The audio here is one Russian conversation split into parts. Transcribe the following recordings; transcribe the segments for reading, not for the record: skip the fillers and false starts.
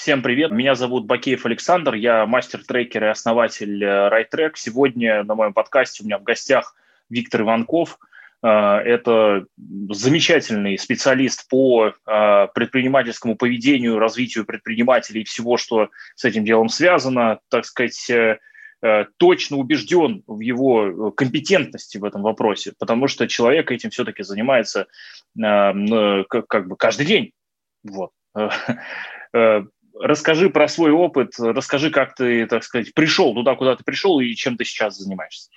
Всем привет, меня зовут Бакеев Александр, я мастер-трекер и основатель RideTrack. Сегодня на моем подкасте у меня в гостях Виктор Иванков. Это замечательный специалист по предпринимательскому поведению, развитию предпринимателей и всего, что с этим делом связано, так сказать, точно убежден в его компетентности в этом вопросе, потому что человек этим все-таки занимается как бы каждый день. Вот. Расскажи про свой опыт, расскажи, как ты, так сказать, пришел туда, куда ты пришел и чем ты сейчас занимаешься.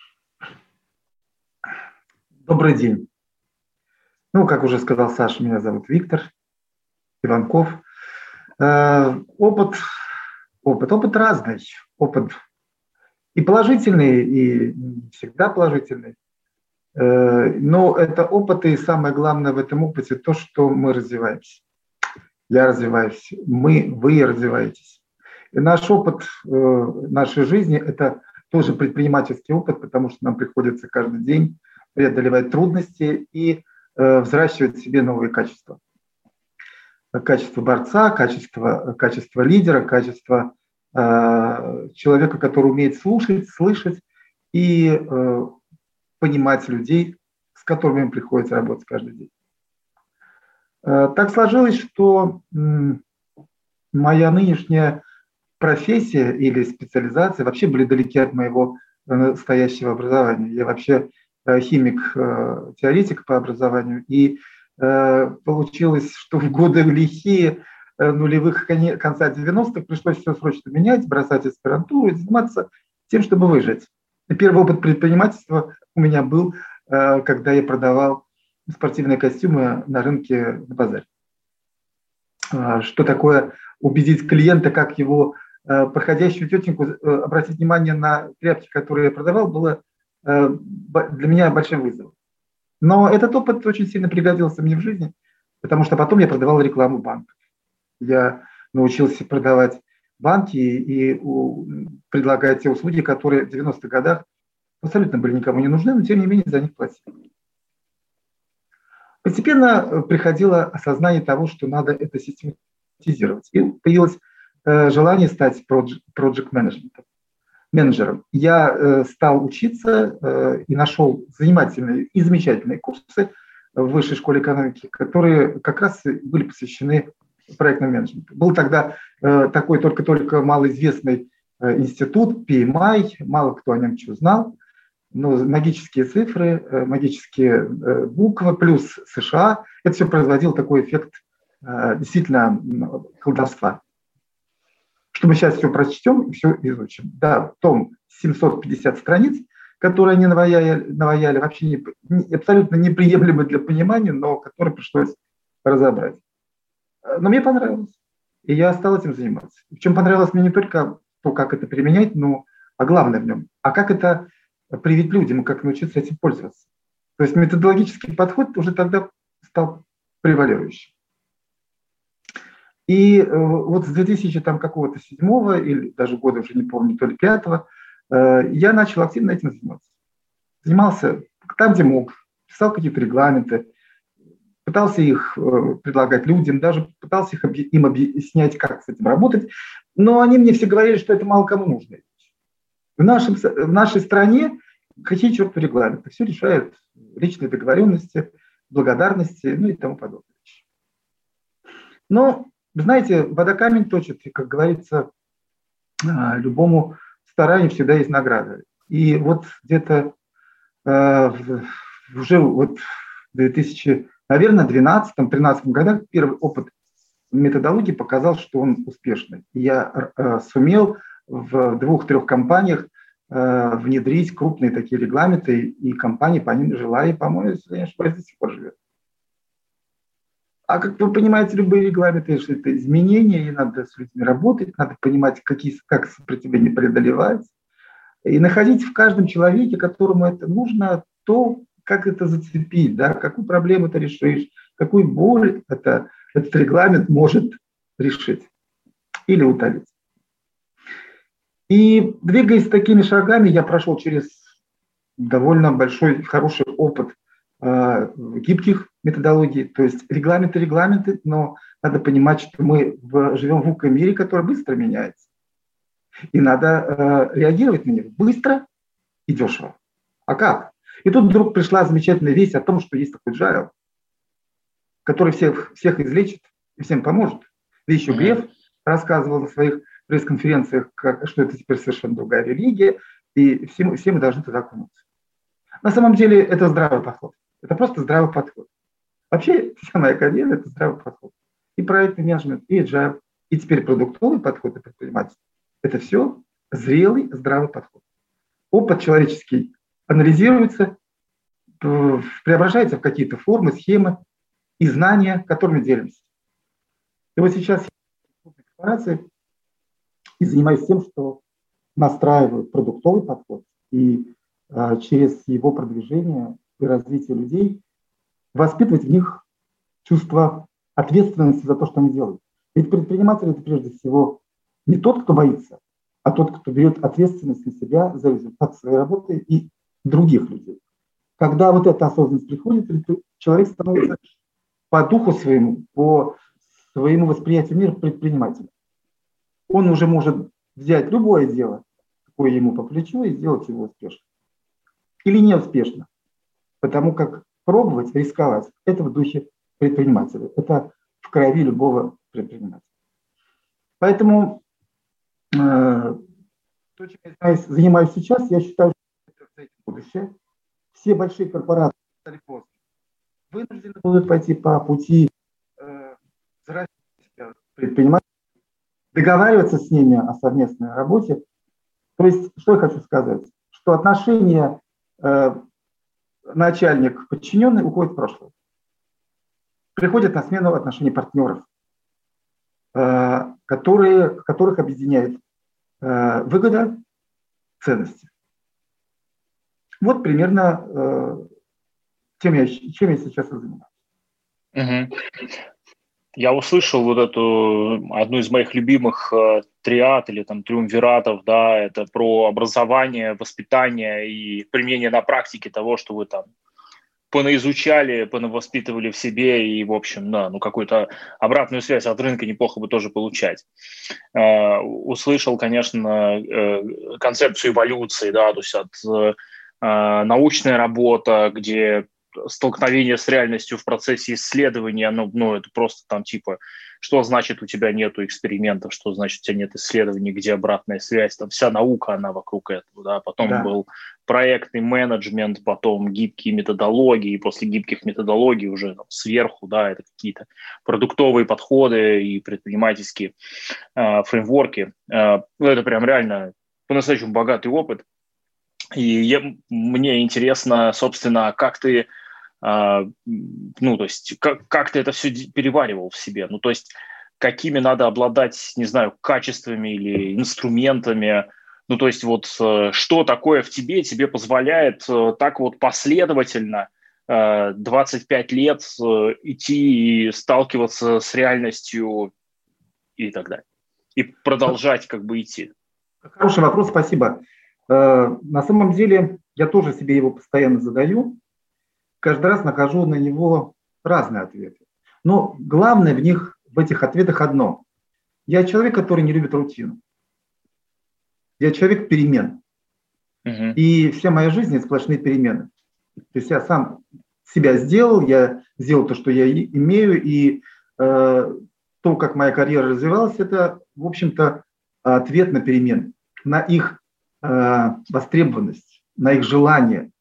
Добрый день. Как уже сказал Саша, меня зовут Виктор Иванков. Опыт разный. Опыт и положительный, и не всегда положительный. Но это опыт, и самое главное в этом опыте то, что мы развиваемся. Я развиваюсь, вы развиваетесь. И наш опыт нашей жизни – это тоже предпринимательский опыт, потому что нам приходится каждый день преодолевать трудности и взращивать в себе новые качества. Качество борца, качество лидера, качество человека, который умеет слушать, слышать и понимать людей, с которыми им приходится работать каждый день. Так сложилось, что моя нынешняя профессия или специализация вообще были далеки от моего настоящего образования. Я вообще химик-теоретик по образованию, и получилось, что в годы лихие нулевых, конца 90-х пришлось все срочно менять, бросать аспирантуру и заниматься тем, чтобы выжить. И первый опыт предпринимательства у меня был, когда я продавал спортивные костюмы на рынке на базаре. Что такое убедить клиента, как его проходящую тетеньку обратить внимание на тряпки, которые я продавал, было для меня большим вызовом. Но этот опыт очень сильно пригодился мне в жизни, потому что потом я продавал рекламу банков. Я научился продавать банки и предлагать те услуги, которые в 90-х годах абсолютно были никому не нужны, но тем не менее за них платили. Постепенно приходило осознание того, что надо это систематизировать. И появилось желание стать проект-менеджером. Я стал учиться и нашел занимательные и замечательные курсы в Высшей школе экономики, которые как раз были посвящены проектному менеджменту. Был тогда такой только малоизвестный институт PMI, мало кто о нем что знал. Но магические цифры, магические буквы плюс США, это все производило такой эффект действительно колдовства. Что мы сейчас все прочтем и все изучим. Да, том 750 страниц, которые они наваяли вообще абсолютно неприемлемы для понимания, но которые пришлось разобрать. Но мне понравилось, и я стал этим заниматься. Причем понравилось мне не только то, как это применять, а главное в нем, а как это привить людям, как научиться этим пользоваться. То есть методологический подход уже тогда стал превалирующим. И вот с 2007 или даже года, уже не помню, то ли 2005, я начал активно этим заниматься. Занимался там, где мог, писал какие-то регламенты, пытался их предлагать людям, даже пытался им объяснять, как с этим работать, но они мне все говорили, что это мало кому нужно. В нашей стране какие чертовы регламенты? Все решают личные договоренности, благодарности, и тому подобное. Но, вы знаете, вода камень точит, и, как говорится, любому старанию всегда есть награда. И вот где-то уже вот в 2012-2013 годах первый опыт методологии показал, что он успешный. И я сумел в 2-3 компаниях внедрить крупные такие регламенты, и компании по ним жила, и, по-моему, если я не ошибаюсь, до сих пор живет. А как вы понимаете, любые регламенты – это изменения, и надо с людьми работать, надо понимать, как сопротивление преодолевается, и находить в каждом человеке, которому это нужно, то, как это зацепить, да, какую проблему ты решишь, какую боль этот регламент может решить или утолить. И двигаясь такими шагами, я прошел через довольно большой, хороший опыт гибких методологий, то есть регламенты, но надо понимать, что мы живем в узком мире, который быстро меняется. И надо реагировать на него быстро и дешево. А как? И тут вдруг пришла замечательная весть о том, что есть такой Agile, который всех излечит и всем поможет. Да еще Греф рассказывал на своих пресс-конференциях, что это теперь совершенно другая религия, и все мы должны туда окунуться. На самом деле это здравый подход. Это просто здравый подход. Вообще вся моя карьера – это здравый подход. И проектный менеджмент, и agile, и теперь продуктовый подход и предпринимательство. Это все зрелый, здравый подход. Опыт человеческий анализируется, преображается в какие-то формы, схемы и знания, которыми делимся. И вот сейчас я в корпорации и занимаюсь тем, что настраиваю продуктовый подход и через его продвижение и развитие людей воспитывать в них чувство ответственности за то, что они делают. Ведь предприниматель – это прежде всего не тот, кто боится, а тот, кто берет ответственность на себя за результат своей работы и других людей. Когда вот эта осознанность приходит, человек становится по духу своему, по своему восприятию мира предпринимателем. Он уже может взять любое дело, какое ему по плечу, и сделать его успешно. Или неуспешно. Потому как пробовать, рисковать – это в духе предпринимателя. Это в крови любого предпринимателя. Поэтому то, чем я занимаюсь сейчас, я считаю, что это будущее. Все большие корпорации вынуждены будут пойти по пути предпринимателей, договариваться с ними о совместной работе. То есть, что я хочу сказать? Что отношения начальник-подчиненный уходит в прошлое. Приходят на смену отношений партнеров, которых объединяет выгода, ценности. Вот примерно чем я сейчас и занимаюсь. Я услышал вот эту одну из моих любимых триад или там триумвиратов, да, это про образование, воспитание и применение на практике того, что вы там понаизучали, понавоспитывали в себе и, в общем, да, ну, какую-то обратную связь от рынка неплохо бы тоже получать. Услышал, конечно, концепцию эволюции, да, то есть от научная работа, где столкновение с реальностью в процессе исследования, ну, это просто там типа, что значит у тебя нету экспериментов, что значит у тебя нет исследований, где обратная связь, там вся наука, она вокруг этого, да, потом был проектный менеджмент, потом гибкие методологии, и после гибких методологий уже там, сверху, да, это какие-то продуктовые подходы и предпринимательские фреймворки. Это прям реально по-настоящему богатый опыт. И мне интересно, собственно, как ты, ну, то есть, как ты это все переваривал в себе? Ну, то есть, какими надо обладать, не знаю, качествами или инструментами? Ну, то есть, вот что такое в тебе позволяет так вот последовательно 25 лет идти и сталкиваться с реальностью и так далее? И продолжать как бы идти? Хороший вопрос, спасибо. На самом деле, я тоже себе его постоянно задаю. Каждый раз нахожу на него разные ответы. Но главное в этих ответах одно. Я человек, который не любит рутину. Я человек перемен. И вся моя жизнь – это сплошные перемены. То есть я сам себя сделал, я сделал то, что я имею, и то, как моя карьера развивалась, это, в общем-то, ответ на перемены, на их востребованность, на их желание.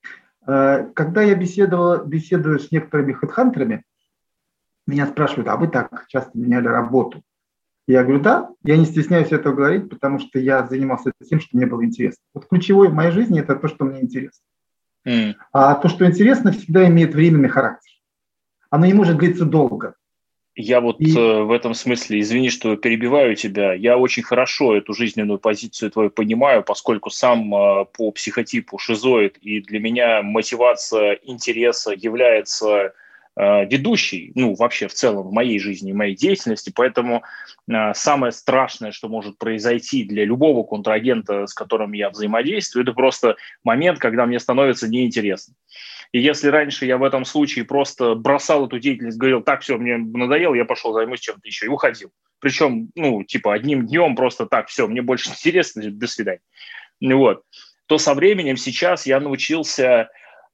Когда я беседую с некоторыми хедхантерами, меня спрашивают, а вы так часто меняли работу? Я говорю, да, я не стесняюсь этого говорить, потому что я занимался тем, что мне было интересно. Вот ключевое в моей жизни – это то, что мне интересно. А то, что интересно, всегда имеет временный характер. Оно не может длиться долго. Я вот в этом смысле, извини, что перебиваю тебя, я очень хорошо эту жизненную позицию твою понимаю, поскольку сам по психотипу шизоид, и для меня мотивация интереса является ведущий, ну, вообще в целом в моей жизни, в моей деятельности, поэтому самое страшное, что может произойти для любого контрагента, с которым я взаимодействую, это просто момент, когда мне становится неинтересно. И если раньше я в этом случае просто бросал эту деятельность, говорил, так, все, мне надоело, я пошел займусь чем-то еще, и уходил. Причем, ну, типа, одним днем просто так, все, мне больше интересно, до свидания. Вот. То со временем сейчас я научился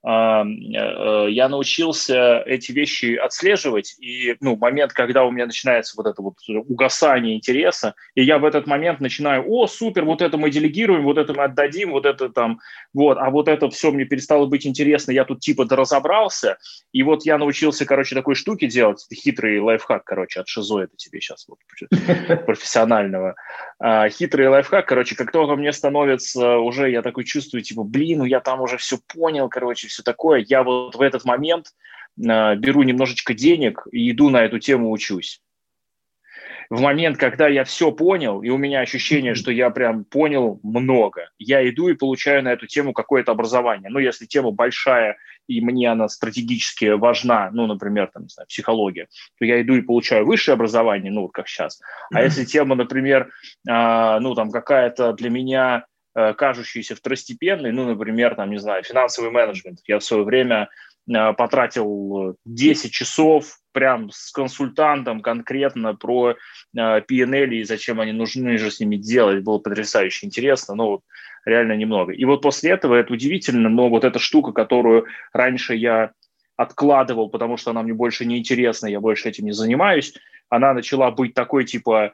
эти вещи отслеживать, и момент, когда у меня начинается вот это вот угасание интереса, и я в этот момент начинаю, о, супер, вот это мы делегируем, вот это мы отдадим, вот это там, вот, а вот это все мне перестало быть интересно, я тут типа доразобрался, и вот я научился, короче, такой штуки делать, это хитрый лайфхак, короче, от Шизо это тебе сейчас вот профессионального. Хитрый лайфхак, короче, как только мне становится уже, я такой чувствую, типа, блин, я там уже все понял, короче, все такое, я вот в этот момент беру немножечко денег и иду на эту тему учусь. В момент, когда я все понял, и у меня ощущение, что я прям понял много, я иду и получаю на эту тему какое-то образование. Ну, если тема большая, и мне она стратегически важна, ну, например, там, не знаю, психология, то я иду и получаю высшее образование, ну, вот как сейчас. А если тема, например, там какая-то для меня кажущаяся второстепенной, ну, например, там, не знаю, финансовый менеджмент. Я в свое время потратил 10 часов прям с консультантом конкретно про P&L и зачем они нужны, же с ними делать. Было потрясающе интересно, но вот реально немного. И вот после этого, это удивительно, но вот эта штука, которую раньше я откладывал, потому что она мне больше не интересна, я больше этим не занимаюсь, она начала быть такой типа...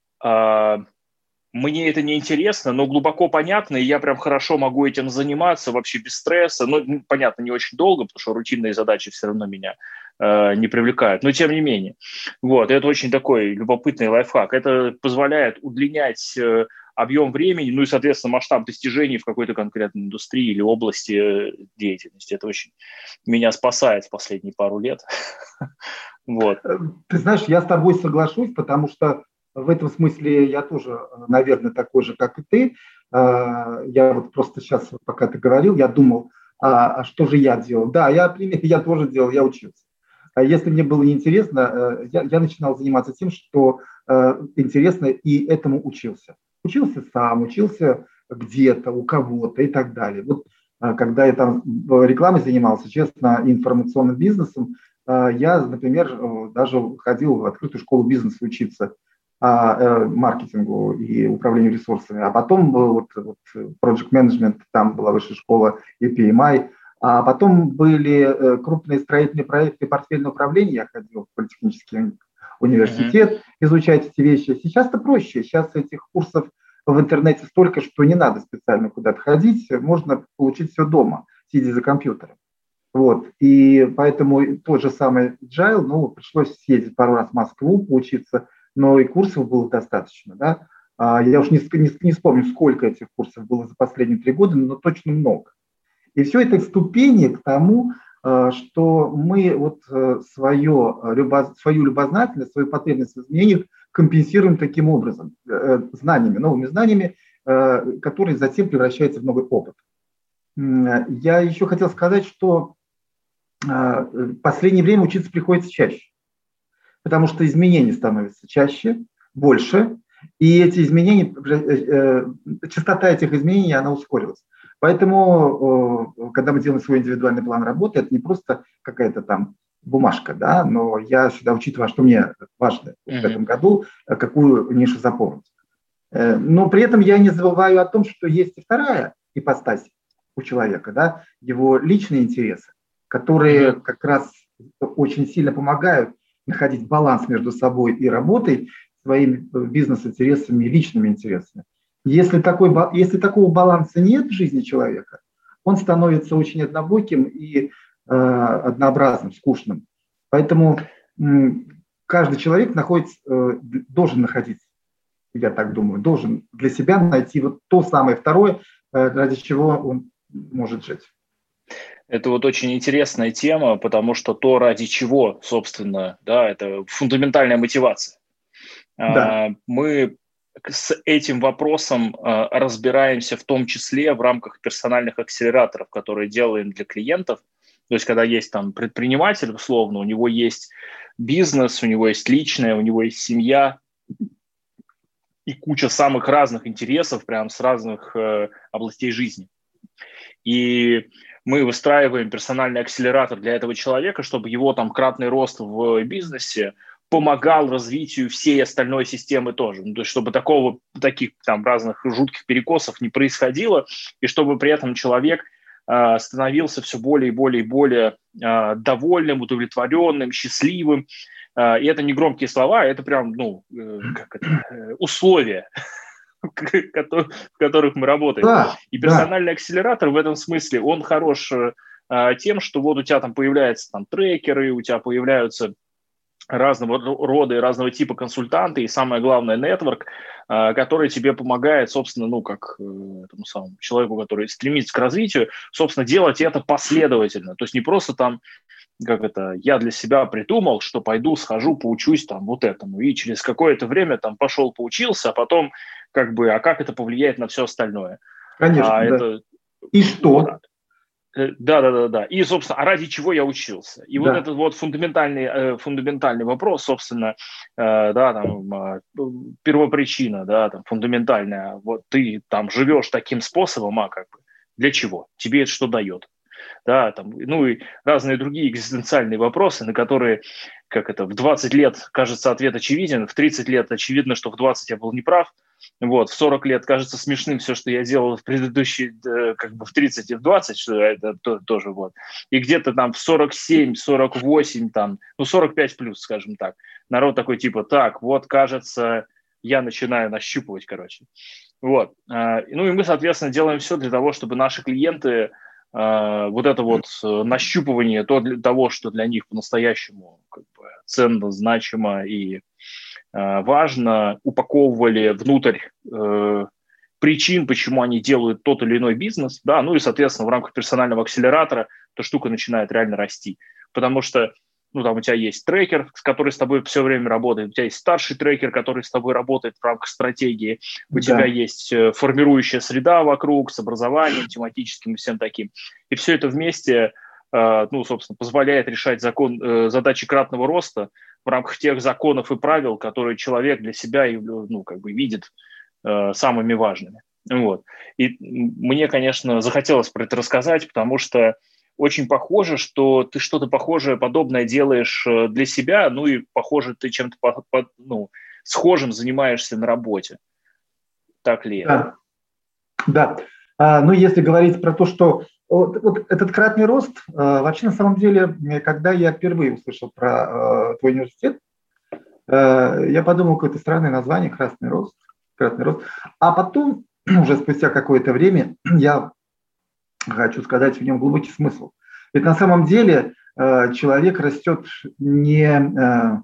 мне это не интересно, но глубоко понятно, и я прям хорошо могу этим заниматься вообще без стресса. Ну, понятно, не очень долго, потому что рутинные задачи все равно меня не привлекают, но тем не менее. Вот, это очень такой любопытный лайфхак. Это позволяет удлинять объем времени, ну и, соответственно, масштаб достижений в какой-то конкретной индустрии или области деятельности. Это очень меня спасает в последние пару лет. Вот. Ты знаешь, я с тобой соглашусь, потому что в этом смысле я тоже, наверное, такой же, как и ты. Я вот просто сейчас, пока ты говорил, я думал, что же я делал. Да, я тоже делал, я учился. А если мне было неинтересно, я начинал заниматься тем, что интересно, и этому учился. Учился сам, учился где-то, у кого-то и так далее. Вот когда я там рекламой занимался, честно, информационным бизнесом, я, например, даже ходил в открытую школу бизнеса учиться маркетингу и управлению ресурсами. А потом вот Project Management, там была высшая школа EPMI. А потом были крупные строительные проекты портфельного управления. Я ходил в политехнический университет изучать эти вещи. Сейчас-то проще. Сейчас этих курсов в интернете столько, что не надо специально куда-то ходить. Можно получить все дома, сидя за компьютером. Вот. И поэтому тот же самый Agile, пришлось съездить пару раз в Москву, поучиться, но и курсов было достаточно. Да? Я уж не вспомню, сколько этих курсов было за последние 3 года, но точно много. И все это ступени к тому, что мы вот свою любознательность, свою потребность в изменениях компенсируем таким образом, знаниями, новыми знаниями, которые затем превращаются в новый опыт. Я еще хотел сказать, что в последнее время учиться приходится чаще, потому что изменения становятся чаще, больше, и эти изменения, частота этих изменений, она ускорилась. Поэтому, когда мы делаем свой индивидуальный план работы, это не просто какая-то там бумажка, да, но я всегда учитываю, что мне важно в этом году, какую нишу заполнить. Но при этом я не забываю о том, что есть и вторая ипостась у человека, да, его личные интересы, которые как раз очень сильно помогают находить баланс между собой и работой, своими бизнес-интересами и личными интересами. Если такого баланса нет в жизни человека, он становится очень однобоким и однообразным, скучным. Поэтому каждый человек должен находиться, я так думаю, должен для себя найти вот то самое второе, ради чего он может жить. Это вот очень интересная тема, потому что то, ради чего, собственно, да, это фундаментальная мотивация. Да. Мы с этим вопросом разбираемся в том числе в рамках персональных акселераторов, которые делаем для клиентов. То есть, когда есть там предприниматель, условно, у него есть бизнес, у него есть личное, у него есть семья и куча самых разных интересов, прям с разных областей жизни. И мы выстраиваем персональный акселератор для этого человека, чтобы его там кратный рост в бизнесе помогал развитию всей остальной системы тоже. Ну, то есть, чтобы таких там разных жутких перекосов не происходило, и чтобы при этом человек становился все более и более и более довольным, удовлетворенным, счастливым. И это не громкие слова, это прям, условия, в которых мы работаем. Да, и персональный акселератор в этом смысле, он хорош тем, что вот у тебя там появляются там трекеры, у тебя появляются разного рода и разного типа консультанты, и самое главное, нетворк, который тебе помогает, собственно, как этому самому человеку, который стремится к развитию, собственно, делать это последовательно. То есть не просто там, я для себя придумал, что пойду, схожу, поучусь там вот этому, и через какое-то время там пошел, поучился, а потом как это повлияет на все остальное. Конечно, И что? Да. И, собственно, ради чего я учился? И вот этот вот фундаментальный вопрос, собственно, первопричина, фундаментальная. Вот ты там живешь таким способом, для чего? Тебе это что дает? И разные другие экзистенциальные вопросы, на которые, в 20 лет кажется ответ очевиден, в 30 лет очевидно, что в 20 я был неправ, в 40 лет кажется смешным все, что я делал в предыдущие, в 30 и в 20, что это тоже вот. И где-то там в 47, 48, 45 плюс, скажем так, народ такой кажется, я начинаю нащупывать, Вот. И мы, соответственно, делаем все для того, чтобы наши клиенты вот это вот нащупывание для того, что для них по-настоящему ценно, значимо и важно, упаковывали внутрь причин, почему они делают тот или иной бизнес, и, соответственно, в рамках персонального акселератора эта штука начинает реально расти, потому что там у тебя есть трекер, который с тобой все время работает, у тебя есть старший трекер, который с тобой работает в рамках стратегии, у тебя есть формирующая среда вокруг с образованием тематическим и всем таким. И все это вместе, собственно, позволяет решать задачи кратного роста в рамках тех законов и правил, которые человек для себя видит самыми важными. Вот. И мне, конечно, захотелось про это рассказать, потому что очень похоже, что ты что-то похожее, подобное делаешь для себя, и похоже, ты чем-то схожим занимаешься на работе. Так ли это? Да. Если говорить про то, что вот этот кратный рост, вообще на самом деле, когда я впервые услышал про твой университет, я подумал, какое-то странное название, кратный рост. А потом, уже спустя какое-то время, я хочу сказать, в нем глубокий смысл. Ведь на самом деле человек растет не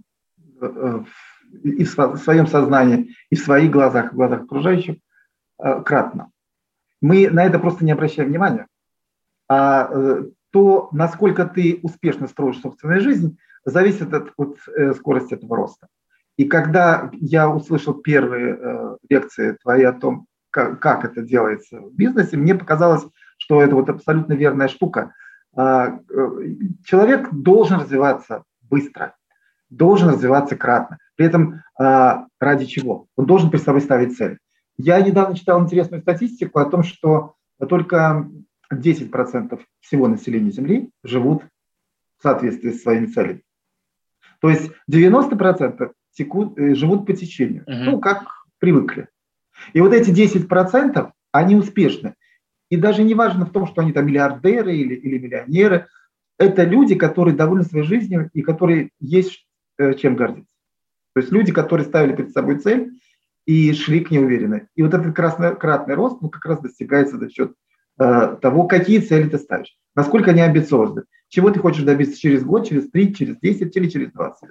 и в своем сознании, и в своих глазах, в глазах окружающих кратно. Мы на это просто не обращаем внимания. А то, насколько ты успешно строишь собственную жизнь, зависит от скорости этого роста. И когда я услышал первые лекции твои о том, как это делается в бизнесе, мне показалось, что это вот абсолютно верная штука. Человек должен развиваться быстро, должен развиваться кратно. При этом ради чего? Он должен перед собой ставить цель. Я недавно читал интересную статистику о том, что только 10% всего населения Земли живут в соответствии с своими целями. То есть 90% живут по течению, как привыкли. И вот эти 10%, они успешны. И даже не важно в том, что они там миллиардеры или миллионеры. Это люди, которые довольны своей жизнью и которые есть чем гордиться. То есть люди, которые ставили перед собой цель и шли к ней уверенно. И вот этот кратный рост как раз достигается за счет того, какие цели ты ставишь, насколько они амбициозны, чего ты хочешь добиться через год, через 3, через 10 или через 20 лет.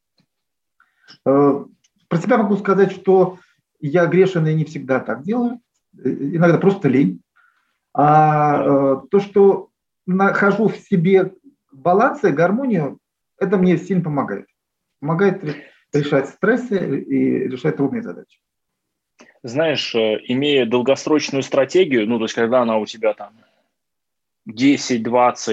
Про себя могу сказать, что я грешен и не всегда так делаю, иногда просто лень. А то, что нахожу в себе баланс и гармонию, это мне сильно помогает. Помогает решать стрессы и решать трудные задачи. Знаешь, имея долгосрочную стратегию, то есть когда она у тебя там 10, 20,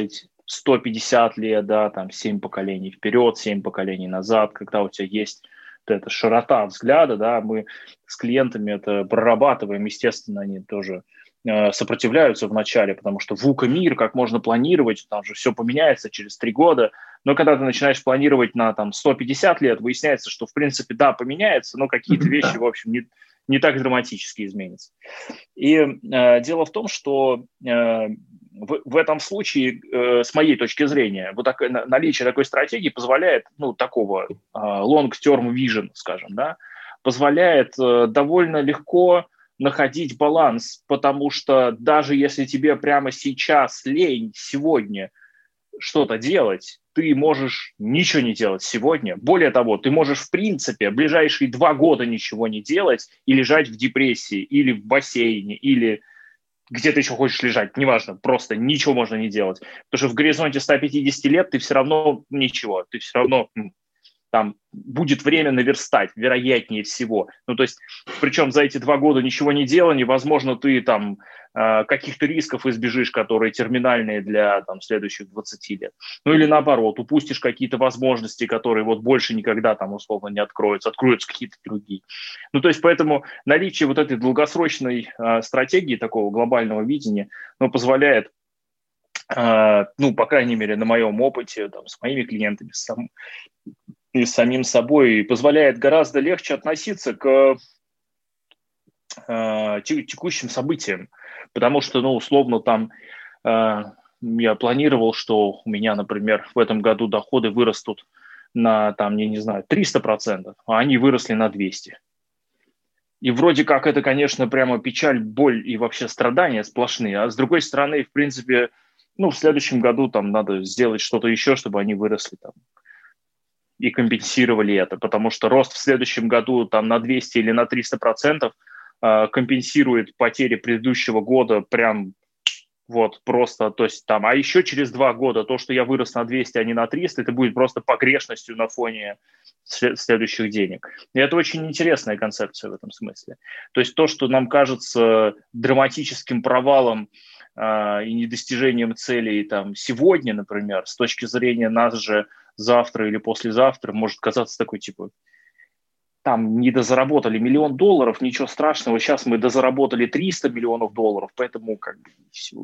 150 лет, да, там 7 поколений вперед, 7 поколений назад, когда у тебя есть вот эта широта взгляда, да, мы с клиентами это прорабатываем, естественно, они тоже сопротивляются вначале, потому что VUCA мир, как можно планировать, там же все поменяется через 3 года, но когда ты начинаешь планировать на там 150 лет, выясняется, что в принципе да, поменяется, но какие-то вещи, в общем, не так драматически изменятся. И дело в том, что в этом случае, с моей точки зрения, вот наличие такой стратегии позволяет, ну, такого long-term vision, скажем, да, позволяет довольно легко находить баланс, потому что даже если тебе прямо сейчас лень сегодня что-то делать, ты можешь ничего не делать сегодня. Более того, ты можешь в принципе в ближайшие 2 года ничего не делать и лежать в депрессии или в бассейне, или где ты еще хочешь лежать, неважно, просто ничего можно не делать. Потому что в горизонте 150 лет ты все равно ничего, ты все равно там будет время наверстать, вероятнее всего. Ну, то есть, причем за эти 2 года ничего не делания, возможно, ты там каких-то рисков избежишь, которые терминальные для там следующих 20 лет. Ну, или наоборот, упустишь какие-то возможности, которые вот больше никогда там условно не откроются какие-то другие. Ну, то есть, поэтому наличие вот этой долгосрочной стратегии, такого глобального видения, ну, позволяет, ну, по крайней мере, на моем опыте, там, с моими клиентами, и с самим собой, позволяет гораздо легче относиться к текущим событиям. Потому что, ну, условно, там я планировал, что у меня, например, в этом году доходы вырастут на, там, я не знаю, 300%, а они выросли на 200%. И вроде как это, конечно, прямо печаль, боль и вообще страдания сплошные. А с другой стороны, в принципе, ну, в следующем году там надо сделать что-то еще, чтобы они выросли там и компенсировали это, потому что рост в следующем году там на 200 или на 300% компенсирует потери предыдущего года прям вот просто, то есть там, а еще через 2 года то, что я вырос на 200, а не на 300, это будет просто погрешностью на фоне следующих денег. И это очень интересная концепция в этом смысле. То есть то, что нам кажется драматическим провалом и недостижением целей там сегодня, например, с точки зрения нас же завтра или послезавтра, может казаться такой, типа, там не дозаработали $1 миллион, ничего страшного, сейчас мы дозаработали $300 миллионов, поэтому как бы все.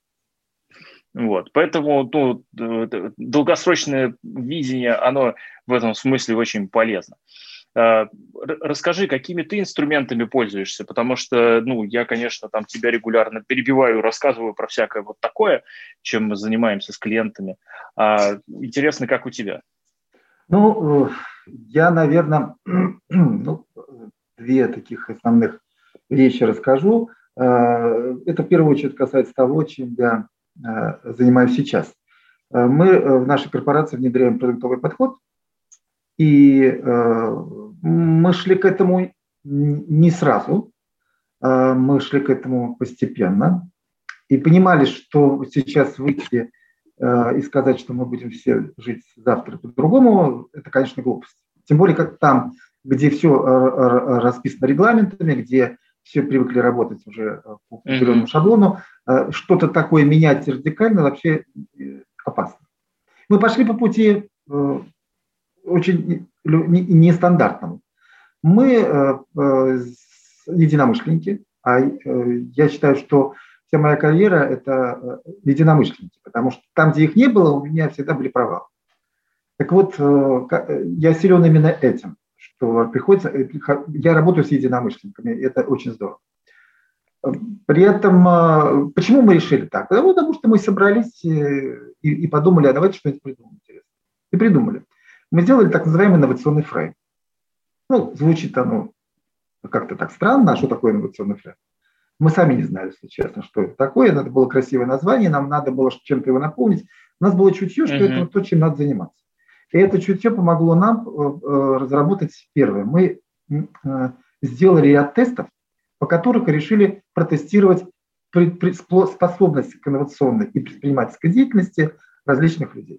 Вот. Поэтому ну, долгосрочное видение, оно в этом смысле очень полезно. Расскажи, какими ты инструментами пользуешься, потому что, ну, я, конечно, там тебя регулярно перебиваю, рассказываю про всякое вот такое, чем мы занимаемся с клиентами. Интересно, как у тебя? Ну, я, наверное, ну, 2 таких основных вещи расскажу. Это в первую очередь касается того, чем я занимаюсь сейчас. Мы в нашей корпорации внедряем продуктовый подход, и мы шли к этому не сразу, мы шли к этому постепенно и понимали, что сейчас выйти и сказать, что мы будем все жить завтра по-другому, это, конечно, глупость. Тем более, как там, где все расписано регламентами, где все привыкли работать уже по определенному шаблону, что-то такое менять радикально вообще опасно. Мы пошли по пути очень нестандартному. Мы единомышленники, а я считаю, что вся моя карьера – это единомышленники, потому что там, где их не было, у меня всегда были провалы. Так вот, я силен именно этим, что приходится… Я работаю с единомышленниками, это очень здорово. При этом, почему мы решили так? Потому что мы собрались и подумали, а давайте что-нибудь придумаем интересно. И придумали. Мы сделали так называемый инновационный фрейм. Ну, звучит оно как-то так странно, а что такое инновационный фрейм? Мы сами не знали, если честно, что это такое. Это было красивое название, нам надо было чем-то его наполнить. У нас было чутье, что это вот то, чем надо заниматься. И это чутье помогло нам разработать первое. Мы сделали ряд тестов, по которым решили протестировать способность к инновационной и предпринимательской деятельности различных людей.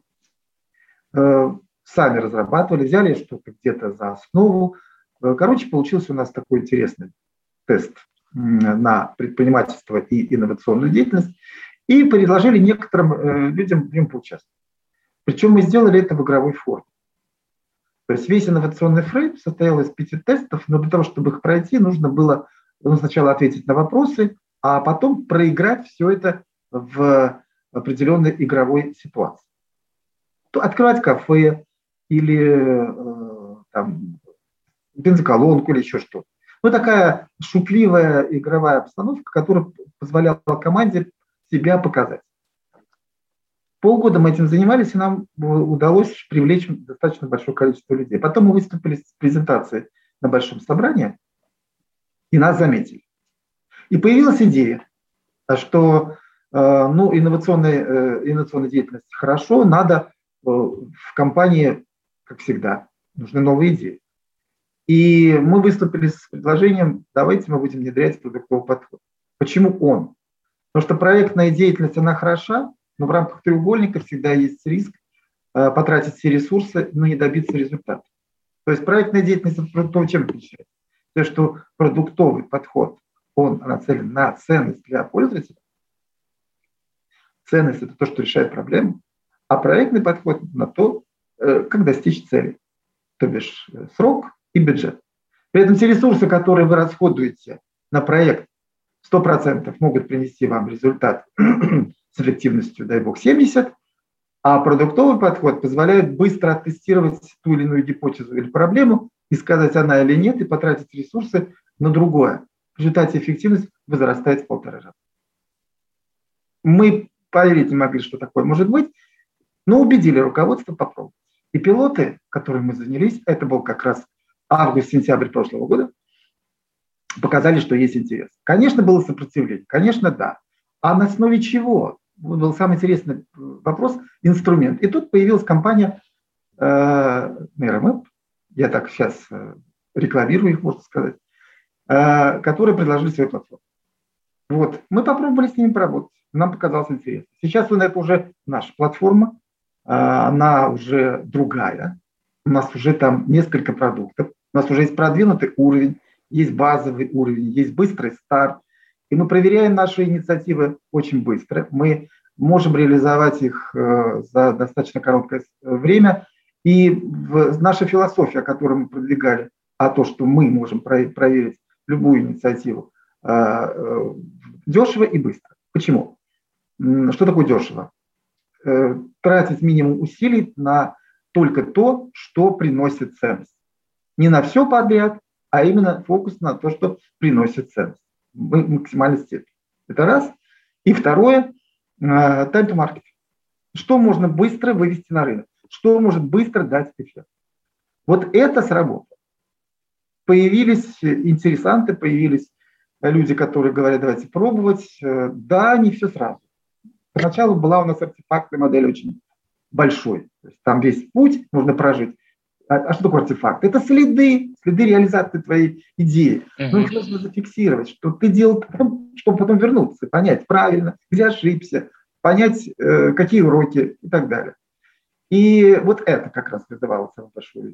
Сами разрабатывали, взяли что-то где-то за основу. Короче, получился у нас такой интересный тест на предпринимательство и инновационную деятельность. и предложили некоторым людям в нем поучаствовать. Причем мы сделали это в игровой форме. То есть весь инновационный фрейм состоял из 5 тестов, но для того, чтобы их пройти, нужно было сначала ответить на вопросы, а потом проиграть все это в определенной игровой ситуации. Открывать кафе или там, бензоколонку или еще что-то. Такая шутливая игровая обстановка, которая позволяла команде себя показать. Полгода мы этим занимались, и нам удалось привлечь достаточно большое количество людей. Потом мы выступили с презентацией на большом собрании, и нас заметили. И появилась идея, что инновационная деятельность хорошо, надо в компании, как всегда, нужны новые идеи. И мы выступили с предложением, давайте мы будем внедрять продуктовый подход. Почему он? Потому что проектная деятельность, она хороша, но в рамках треугольника всегда есть риск потратить все ресурсы, но не добиться результата. То есть проектная деятельность – это то, чем отличается. То, что продуктовый подход, он нацелен на ценность для пользователя. Ценность – это то, что решает проблему. А проектный подход на то, как достичь цели. То бишь срок и бюджет. При этом те ресурсы, которые вы расходуете на проект, 100% могут принести вам результат с эффективностью, дай бог, 70%, а продуктовый подход позволяет быстро оттестировать ту или иную гипотезу или проблему и сказать, она или нет, и потратить ресурсы на другое. В результате эффективность возрастает в 1,5 раза. Мы поверить не могли, что такое может быть, но убедили руководство попробовать. И пилоты, которыми мы занялись, это был как раз август-сентябрь прошлого года, показали, что есть интерес. Конечно, было сопротивление, конечно, да. А на основе чего? Был самый интересный вопрос – инструмент. И тут появилась компания Neuramap, я так сейчас рекламирую их, можно сказать, которые предложили свою платформу. Мы попробовали с ними поработать, нам показалось интересно. Сейчас это уже наша платформа, она уже другая, у нас уже там несколько продуктов, у нас уже есть продвинутый уровень, есть базовый уровень, есть быстрый старт. И мы проверяем наши инициативы очень быстро. Мы можем реализовать их за достаточно короткое время. И наша философия, которую мы продвигали, то, что мы можем проверить любую инициативу дешево и быстро. Почему? Что такое дешево? Тратить минимум усилий на только то, что приносит ценность. Не на все подряд, а именно фокус на то, что приносит ценность в максимальной степени. Это раз. И второе, time to market. Что можно быстро вывести на рынок? Что может быстро дать эффект? Это сработало. Появились интересанты, появились люди, которые говорят, давайте пробовать. Да, не все сразу. Поначалу была у нас артефактная модель очень большой. То есть там весь путь можно прожить. А что такое артефакт? Это следы реализации твоей идеи. Но их нужно зафиксировать, что ты делал, чтобы потом вернуться, понять правильно, где ошибся, понять, какие уроки и так далее. И это как раз вызывало самое большое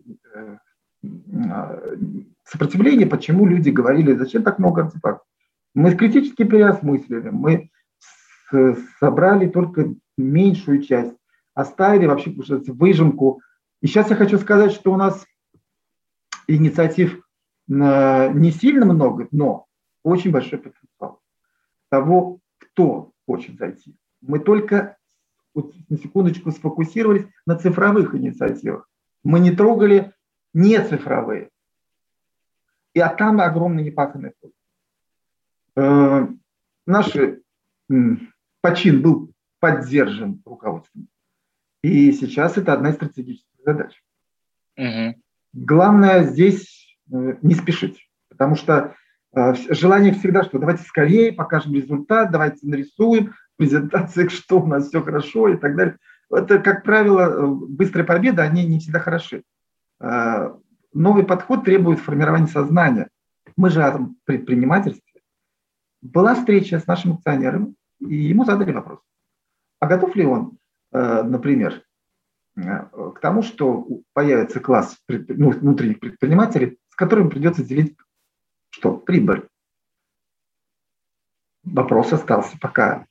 сопротивление, почему люди говорили, зачем так много артефактов. Мы критически переосмыслили, мы собрали только меньшую часть, оставили вообще выжимку. И сейчас я хочу сказать, что у нас инициатив не сильно много, но очень большой потенциал того, кто хочет зайти. Мы только, на секундочку, сфокусировались на цифровых инициативах. Мы не трогали нецифровые. И там огромный непаханный поле. Наш почин был поддержан руководством. И сейчас это одна из стратегических задач. Главное здесь не спешить, потому что желание всегда, что давайте скорее покажем результат, давайте нарисуем в презентациях, что у нас все хорошо и так далее. Это, как правило, быстрые победы, они не всегда хороши. Новый подход требует формирования сознания. Мы же о предпринимательстве. Была встреча с нашим акционером, и ему задали вопрос. А готов ли он, например, к тому, что появится класс внутренних предпринимателей, с которыми придется делить что? Прибыль. Вопрос остался пока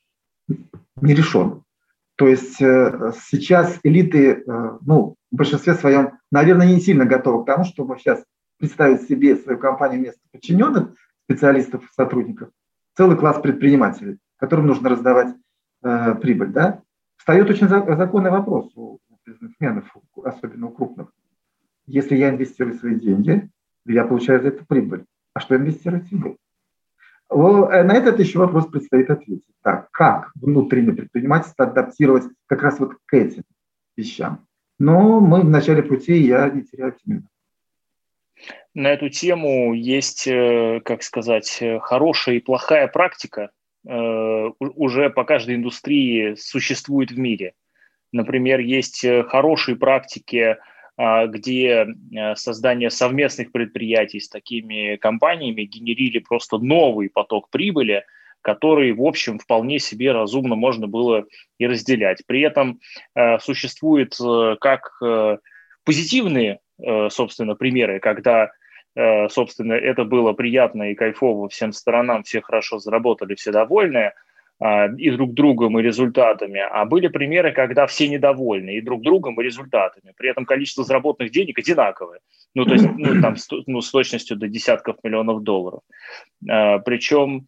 не решен. То есть сейчас элиты, в большинстве своем, наверное, не сильно готовы к тому, чтобы сейчас представить себе свою компанию вместо подчиненных специалистов, сотрудников, целый класс предпринимателей, которым нужно раздавать прибыль. Да? Встает очень законный вопрос у бизнесменов, особенно у крупных. Если я инвестирую свои деньги, я получаю за это прибыль. А что инвестировать вы? На этот еще вопрос предстоит ответить. Так, как внутреннее предпринимательство адаптировать как раз вот к этим вещам? Но мы в начале пути, я не теряю оптимизма. На эту тему есть, как сказать, хорошая и плохая практика. Уже по каждой индустрии существует в мире. Например, есть хорошие практики, где создание совместных предприятий с такими компаниями генерили просто новый поток прибыли, который, в общем, вполне себе разумно можно было и разделять. При этом существуют как позитивные, собственно, примеры, когда, собственно, это было приятно и кайфово всем сторонам, все хорошо заработали, все довольны, и друг другом, и результатами. А были примеры, когда все недовольны и друг другом, и результатами. При этом количество заработанных денег одинаковое. То есть, там, с точностью до десятков миллионов долларов. Причем,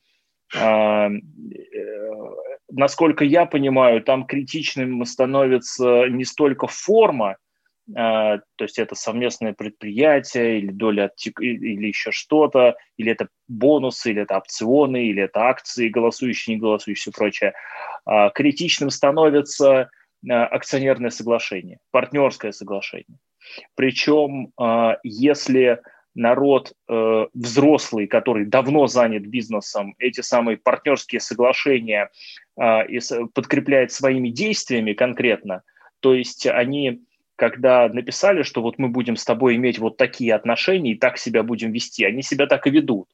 насколько я понимаю, там критичным становится не столько форма, то есть это совместное предприятие или доля или еще что-то, или это бонусы, или это опционы, или это акции, голосующие, не голосующие, все прочее. Критичным становится акционерное соглашение, партнерское соглашение. Причем, если народ взрослый, который давно занят бизнесом, эти самые партнерские соглашения подкрепляет своими действиями конкретно, то есть они, когда написали, что вот мы будем с тобой иметь вот такие отношения и так себя будем вести, они себя так и ведут.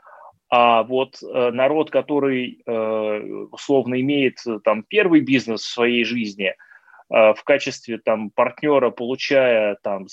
А вот народ, который условно имеет там первый бизнес в своей жизни, в качестве там партнера, получая там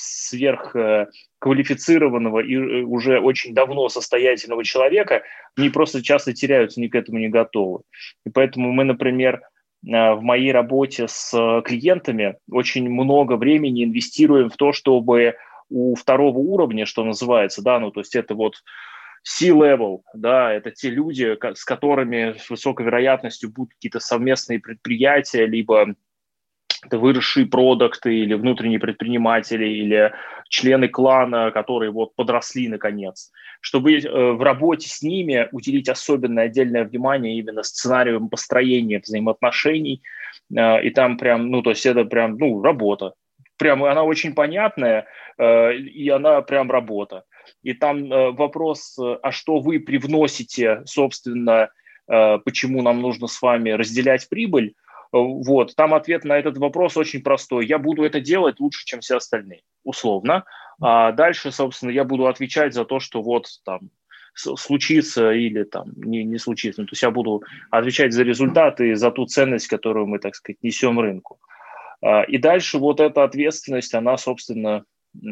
сверхквалифицированного и уже очень давно состоятельного человека, они просто часто теряются, ни к этому не готовы. И поэтому мы, например, в моей работе с клиентами очень много времени инвестируем в то, чтобы у второго уровня, что называется, да, то есть это вот C-level, да, это те люди, с которыми с высокой вероятностью будут какие-то совместные предприятия, либо это выросшие продукты или внутренние предприниматели, или члены клана, которые вот подросли наконец, чтобы в работе с ними уделить особенное отдельное внимание именно сценариям построения взаимоотношений, и там прям, то есть это прям, работа. Прям она очень понятная, и она прям работа. И там вопрос, а что вы привносите, собственно, почему нам нужно с вами разделять прибыль, вот, там ответ на этот вопрос очень простой. Я буду это делать лучше, чем все остальные, условно. А дальше, собственно, я буду отвечать за то, что вот там случится или там не случится. То есть я буду отвечать за результаты, за ту ценность, которую мы, так сказать, несем рынку. И дальше вот эта ответственность, она, собственно,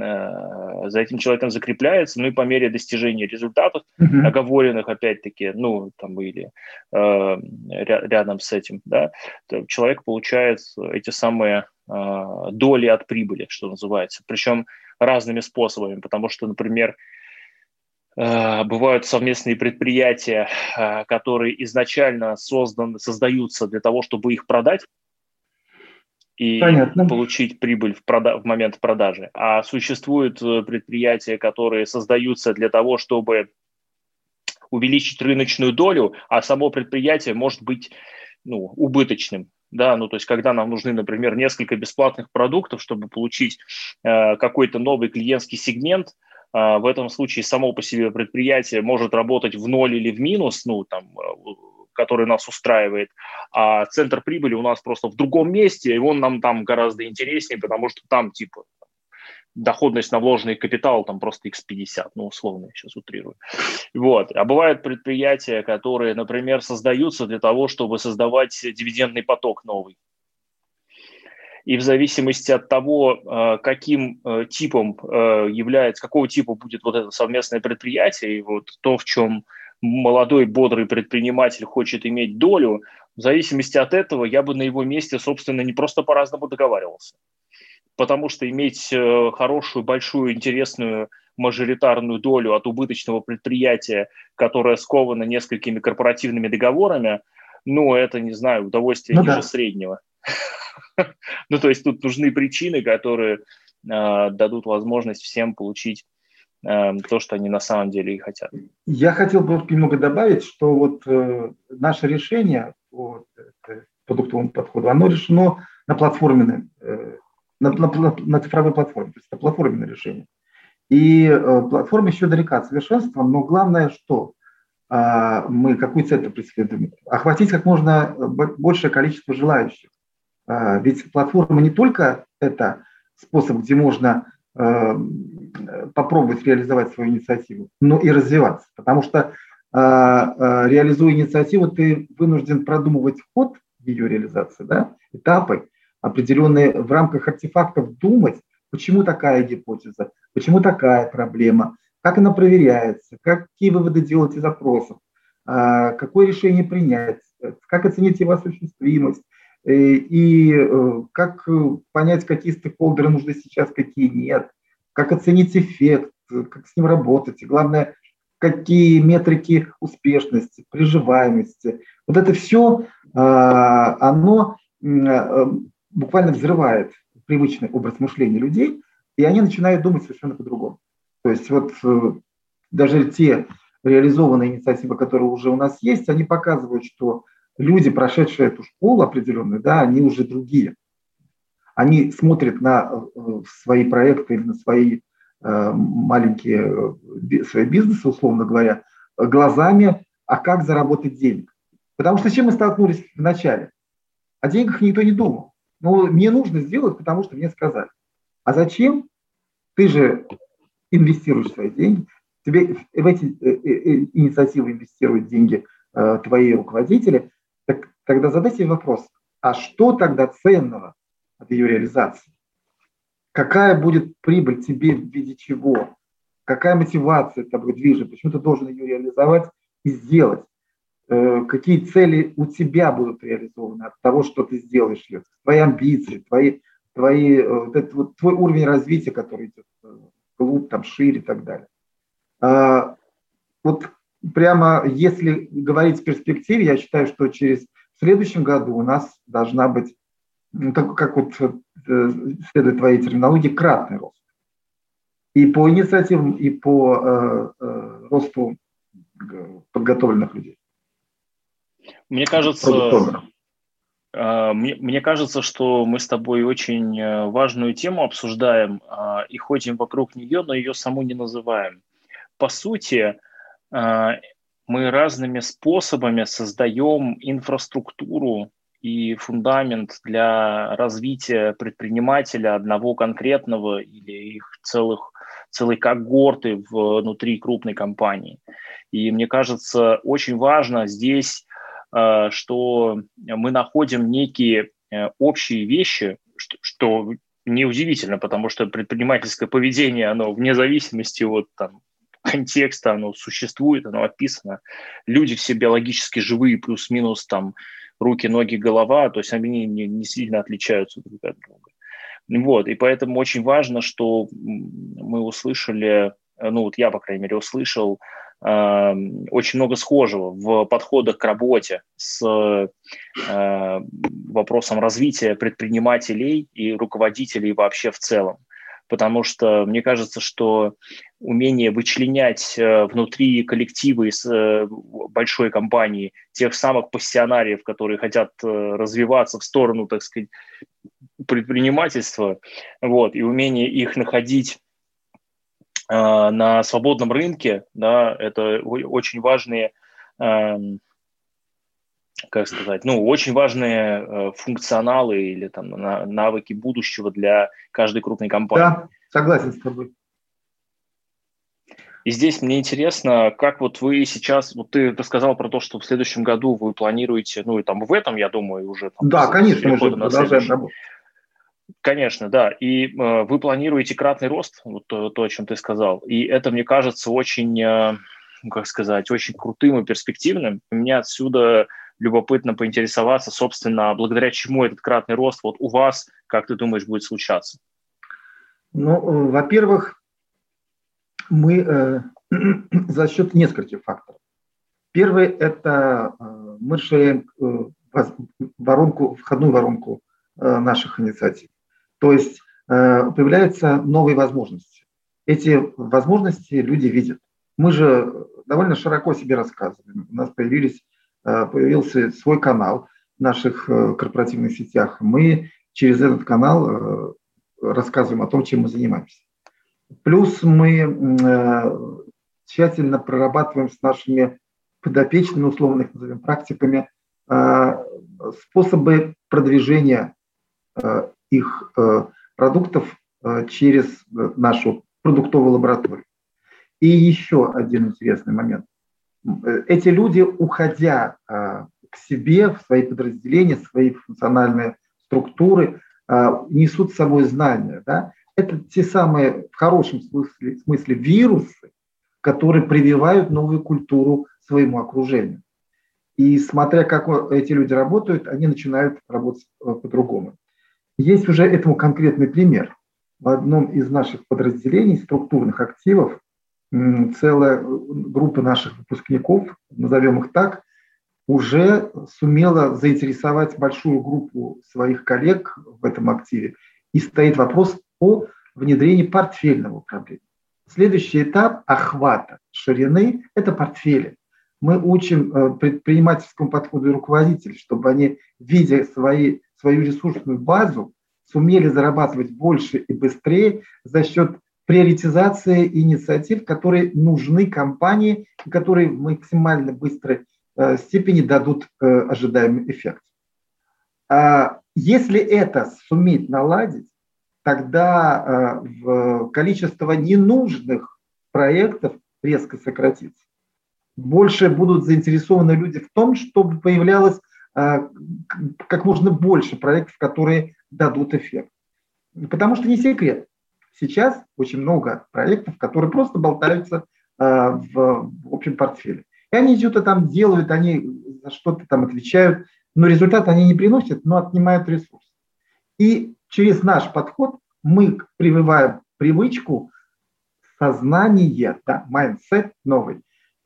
за этим человеком закрепляется, и по мере достижения результатов, оговоренных, опять-таки, там или рядом с этим, да, человек получает эти самые доли от прибыли, что называется, причем разными способами, потому что, например, бывают совместные предприятия, которые изначально создаются для того, чтобы их продать, и Понятно. Получить прибыль в момент продажи. А существуют предприятия, которые создаются для того, чтобы увеличить рыночную долю, а само предприятие может быть убыточным. Да, то есть когда нам нужны, например, несколько бесплатных продуктов, чтобы получить какой-то новый клиентский сегмент, в этом случае само по себе предприятие может работать в ноль или в минус, который нас устраивает, а центр прибыли у нас просто в другом месте, и он нам там гораздо интереснее, потому что там типа доходность на вложенный капитал там просто x50, условно, я сейчас утрирую. Вот. А бывают предприятия, которые, например, создаются для того, чтобы создавать дивидендный поток новый. И в зависимости от того, каким типом является, какого типа будет вот это совместное предприятие, и вот то, в чем молодой, бодрый предприниматель хочет иметь долю, в зависимости от этого я бы на его месте, собственно, не просто по-разному договаривался. Потому что иметь хорошую, большую, интересную мажоритарную долю от убыточного предприятия, которое сковано несколькими корпоративными договорами, ну, это, не знаю, удовольствие ниже среднего. Ну, то есть тут нужны причины, которые дадут возможность всем получить то, что они на самом деле и хотят. Я хотел бы немного добавить, что вот наше решение по продуктовому подходу, оно решено на платформенной, на цифровой платформе, то есть это платформенное решение. И платформа еще далека от совершенства, но главное, что мы какую цель преследуем? Охватить как можно большее количество желающих. Ведь платформа не только это способ, где можно попробовать реализовать свою инициативу, но и развиваться. Потому что, реализуя инициативу, ты вынужден продумывать ход ее реализации, да, этапы, определенные в рамках артефактов думать, почему такая гипотеза, почему такая проблема, как она проверяется, какие выводы делать из опросов, какое решение принять, как оценить его осуществимость, и как понять, какие стейкхолдеры нужны сейчас, какие нет, как оценить эффект, как с ним работать, и главное, какие метрики успешности, приживаемости. Вот это все, оно буквально взрывает привычный образ мышления людей, и они начинают думать совершенно по-другому. То есть вот даже те реализованные инициативы, которые уже у нас есть, они показывают, что люди, прошедшие эту школу определенную, да, они уже другие. Они смотрят на свои проекты, на свои маленькие свои бизнесы, условно говоря, глазами, а как заработать денег. Потому что с чем мы столкнулись в начале? О деньгах никто не думал. Ну, мне нужно сделать, потому что мне сказали. А зачем? Ты же инвестируешь свои деньги. Тебе в эти инициативы инвестируют деньги твои руководители. Так, тогда задай себе вопрос, а что тогда ценного от ее реализации? Какая будет прибыль тебе в виде чего? Какая мотивация тобой движет? Почему ты должен ее реализовать и сделать? Какие цели у тебя будут реализованы от того, что ты сделаешь? Твои амбиции, твой уровень развития, который идет вглубь, там, шире и так далее. Вот прямо если говорить в перспективе, я считаю, что в следующем году у нас должна быть, как вот следует твоей терминологии, кратный рост. И по инициативам, и по росту подготовленных людей. Мне кажется, что мы с тобой очень важную тему обсуждаем и ходим вокруг нее, но ее саму не называем. По сути, мы разными способами создаем инфраструктуру и фундамент для развития предпринимателя одного конкретного или их целой когорты внутри крупной компании. И мне кажется, очень важно здесь, что мы находим некие общие вещи, что неудивительно, потому что предпринимательское поведение, оно вне зависимости от контекста, оно существует, оно описано. Люди все биологически живые, плюс-минус там руки, ноги, голова, то есть они не сильно отличаются друг от друга. Вот, и поэтому очень важно, что мы услышали, ну вот я, по крайней мере, услышал очень много схожего в подходах к работе с вопросом развития предпринимателей и руководителей вообще в целом. Потому что мне кажется, что умение вычленять внутри коллектива из большой компании тех самых пассионариев, которые хотят развиваться в сторону, так сказать, предпринимательства, вот, и умение их находить на свободном рынке, да, это очень важные, как сказать, ну, очень важные функционалы или там навыки будущего для каждой крупной компании. Да, согласен с тобой. И здесь мне интересно, как вот вы сейчас, вот ты сказал про то, что в следующем году вы планируете, ну и там в этом, я думаю, уже там, да, конечно, мы же продолжаем работать. Конечно, да. И вы планируете кратный рост, вот то, о чем ты сказал. И это, мне кажется, очень как сказать, очень крутым и перспективным. И мне отсюда любопытно поинтересоваться, собственно, благодаря чему этот кратный рост вот у вас, как ты думаешь, будет случаться? Ну, во-первых, мы за счет нескольких факторов. Первый – это мы расширяем входную воронку наших инициатив. То есть появляются новые возможности. Эти возможности люди видят. Мы же довольно широко себе рассказываем. У нас появился свой канал в наших корпоративных сетях. Мы через этот канал рассказываем о том, чем мы занимаемся. Плюс мы тщательно прорабатываем с нашими подопечными, условно их назовем, практиками, способы продвижения их продуктов через нашу продуктовую лабораторию. И еще один интересный момент. Эти люди, уходя к себе, в свои подразделения, в свои функциональные структуры, несут с собой знания. Да? Это те самые, в хорошем смысле, вирусы, которые прививают новую культуру своему окружению. И смотря как эти люди работают, они начинают работать по-другому. Есть уже этому конкретный пример. В одном из наших подразделений структурных активов целая группа наших выпускников, назовем их так, уже сумела заинтересовать большую группу своих коллег в этом активе. И стоит вопрос о внедрении портфельного управления. Следующий этап охвата ширины – это портфели. Мы учим предпринимательскому подходу и руководителей, чтобы они, видя свою ресурсную базу, сумели зарабатывать больше и быстрее за счет приоритизации инициатив, которые нужны компании и которые в максимально быстрой степени дадут ожидаемый эффект. Если это суметь наладить, тогда количество ненужных проектов резко сократится. Больше будут заинтересованы люди в том, чтобы появлялось как можно больше проектов, которые дадут эффект. Потому что не секрет. Сейчас очень много проектов, которые просто болтаются в общем портфеле. И они что-то там делают, они за что-то там отвечают, но результат они не приносят, но отнимают ресурс. И через наш подход мы прививаем привычку сознания, да, mindset новый,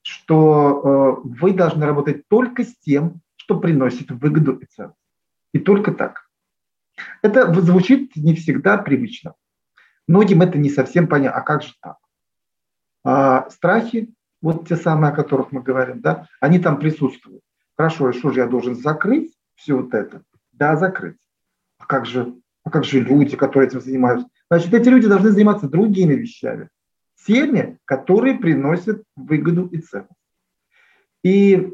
что вы должны работать только с тем, что приносит выгоду и ценность. И только так. Это звучит не всегда привычно. Многим это не совсем понятно. А как же так? Страхи, вот те самые, о которых мы говорим, да, они там присутствуют. Хорошо, и что же я должен закрыть все вот это? Да, закрыть. А как же люди, которые этим занимаются? Значит, эти люди должны заниматься другими вещами. Теми, которые приносят выгоду и ценность. И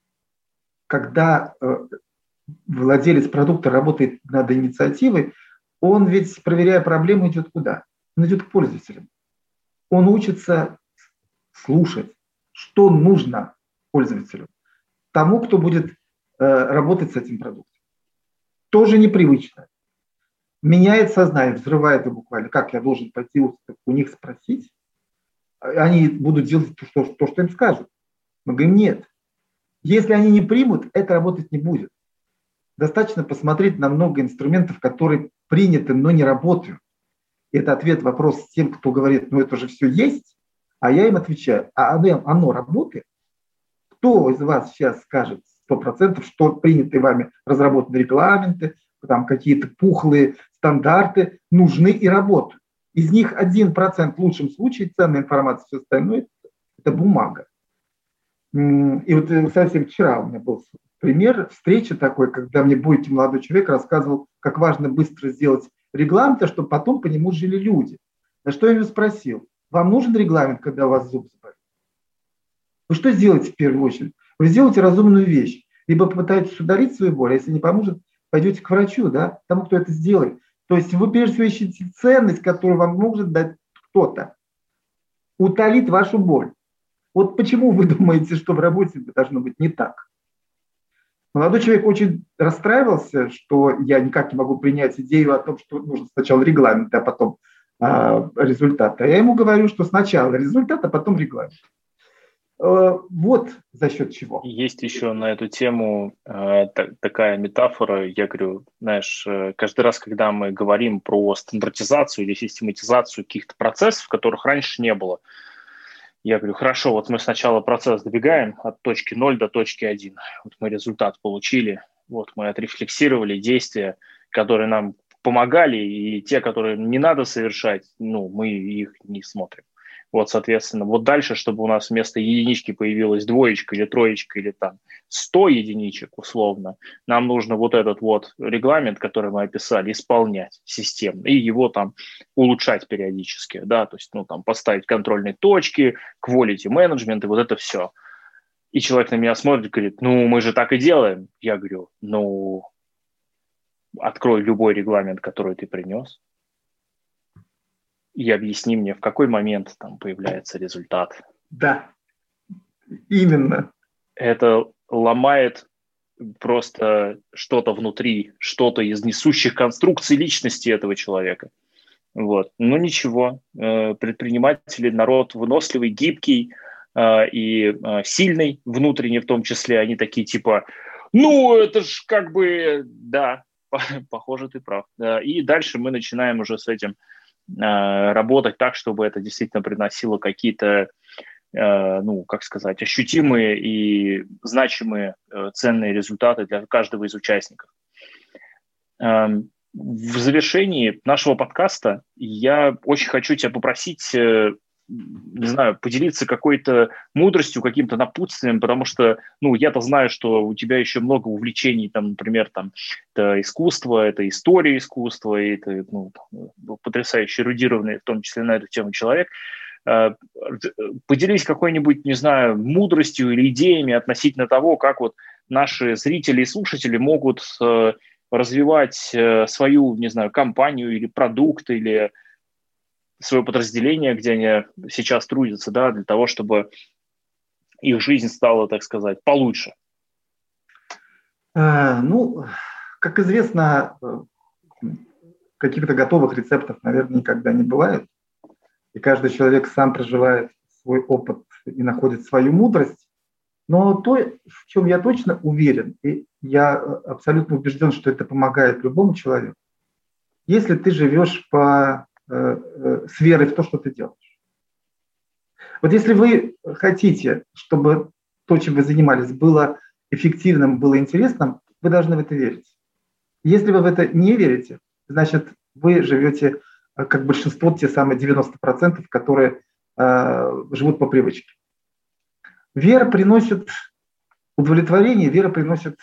когда владелец продукта работает над инициативой, он ведь, проверяя проблему, идет куда? Он идет к пользователям. Он учится слушать, что нужно пользователю, тому, кто будет работать с этим продуктом. Тоже непривычно. Меняет сознание, взрывает его буквально. Как я должен пойти у них спросить? Они будут делать то, что им скажут. Мы говорим, нет. Если они не примут, это работать не будет. Достаточно посмотреть на много инструментов, которые приняты, но не работают. И это ответ вопрос тем, кто говорит, ну это же все есть, а я им отвечаю, а оно работает? Кто из вас сейчас скажет 100%, что принятые вами разработанные регламенты, там какие-то пухлые стандарты нужны и работают? Из них 1% в лучшем случае ценная информация, все остальное – это бумага. И вот совсем вчера у меня был пример встречи такой, когда мне бойкий молодой человек рассказывал, как важно быстро сделать регламент, чтобы потом по нему жили люди. На что я его спросил: вам нужен регламент, когда у вас зуб заболит? Вы что сделаете в первую очередь? Вы сделаете разумную вещь. Либо попытаетесь удалить свою боль, а если не поможет, пойдете к врачу, да, тому, кто это сделает. То есть вы прежде всего ищете ценность, которую вам может дать кто-то. Утолит вашу боль. Вот почему вы думаете, что в работе должно быть не так? Молодой человек очень расстраивался, что я никак не могу принять идею о том, что нужно сначала регламент, а потом результат. А я ему говорю, что сначала результат, а потом регламент. Вот за счет чего. Есть еще на эту тему такая метафора. Я говорю, знаешь, каждый раз, когда мы говорим про стандартизацию или систематизацию каких-то процессов, которых раньше не было, я говорю, хорошо, вот мы сначала процесс добегаем от точки 0 до точки 1. Вот мы результат получили, вот мы отрефлексировали действия, которые нам помогали, и те, которые не надо совершать, мы их не смотрим. Вот, соответственно, вот дальше, чтобы у нас вместо единички появилась двоечка или троечка или там 100 единичек условно, нам нужно вот этот вот регламент, который мы описали, исполнять системно и его там улучшать периодически, да, то есть, там поставить контрольные точки, quality management и вот это все. И человек на меня смотрит и говорит, мы же так и делаем. Я говорю, открой любой регламент, который ты принес, и объясни мне, в какой момент там появляется результат. Да, именно. Это ломает просто что-то внутри, что-то из несущих конструкций личности этого человека. Вот. Но ничего, предприниматели, народ выносливый, гибкий и сильный внутренне в том числе, они такие типа, это ж как бы, да, похоже, ты прав. И дальше мы начинаем уже с этим работать так, чтобы это действительно приносило какие-то, ощутимые и значимые ценные результаты для каждого из участников. В завершении нашего подкаста я очень хочу тебя попросить, не знаю, поделиться какой-то мудростью, каким-то напутствием, потому что, я-то знаю, что у тебя еще много увлечений, там, например, это искусство, это история искусства, и это, потрясающе эрудированный, в том числе на эту тему человек. Поделись какой-нибудь, не знаю, мудростью или идеями относительно того, как вот наши зрители и слушатели могут развивать свою, не знаю, компанию или продукт, или свое подразделение, где они сейчас трудятся, да, для того, чтобы их жизнь стала, так сказать, получше. Как известно, каких-то готовых рецептов, наверное, никогда не бывает. И каждый человек сам проживает свой опыт и находит свою мудрость. Но то, в чем я точно уверен, и я абсолютно убежден, что это помогает любому человеку, если ты живешь с верой в то, что ты делаешь. Вот если вы хотите, чтобы то, чем вы занимались, было эффективным, было интересным, вы должны в это верить. Если вы в это не верите, значит, вы живете, как большинство, те самые 90%, которые живут по привычке. Вера приносит удовлетворение, вера приносит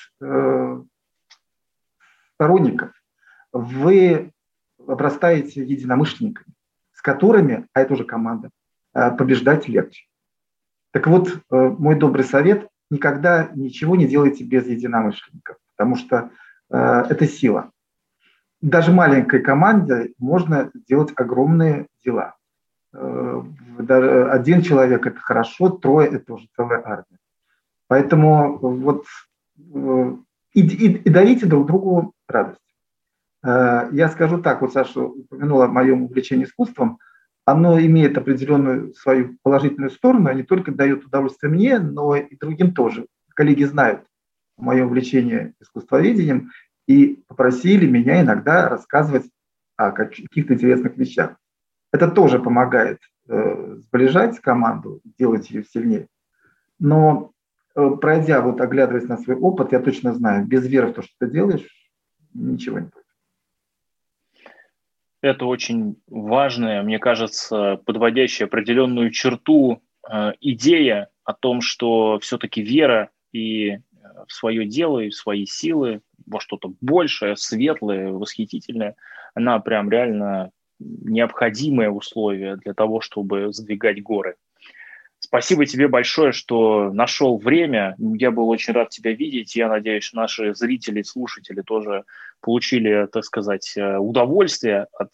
сторонников. Вы обрастаете единомышленниками, с которыми, а это уже команда, побеждать легче. Так вот, мой добрый совет: никогда ничего не делайте без единомышленников, потому что это сила. Даже маленькой команде можно делать огромные дела. Один человек – это хорошо, трое – это уже целая армия. Поэтому и дарите друг другу радость. Я скажу так, вот Саша упомянула о моем увлечении искусством, оно имеет определенную свою положительную сторону, а не только дает удовольствие мне, но и другим тоже. Коллеги знают о моем увлечении искусствоведением и попросили меня иногда рассказывать о каких-то интересных вещах. Это тоже помогает сближать команду, делать ее сильнее. Но пройдя, оглядываясь на свой опыт, я точно знаю, без веры в то, что ты делаешь, ничего не будет. Это очень важная, мне кажется, подводящая определенную черту идея о том, что все-таки вера и в свое дело, и в свои силы, во что-то большее, светлое, восхитительное, она прям реально необходимое условие для того, чтобы сдвигать горы. Спасибо тебе большое, что нашел время. Я был очень рад тебя видеть. Я надеюсь, что наши зрители, слушатели тоже получили, так сказать, удовольствие от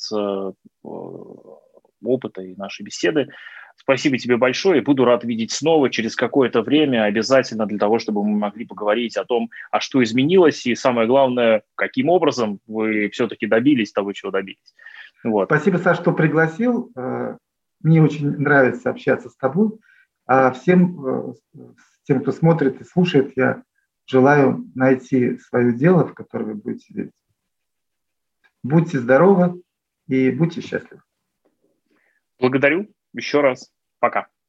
опыта и нашей беседы. Спасибо тебе большое. Буду рад видеть снова через какое-то время, обязательно для того, чтобы мы могли поговорить о том, а что изменилось, и самое главное, каким образом вы все-таки добились того, чего добились. Вот. Спасибо, Саша, что пригласил. Мне очень нравится общаться с тобой. А всем тем, кто смотрит и слушает, я желаю найти свое дело, в которое вы будете верить. Будьте здоровы и будьте счастливы. Благодарю еще раз. Пока.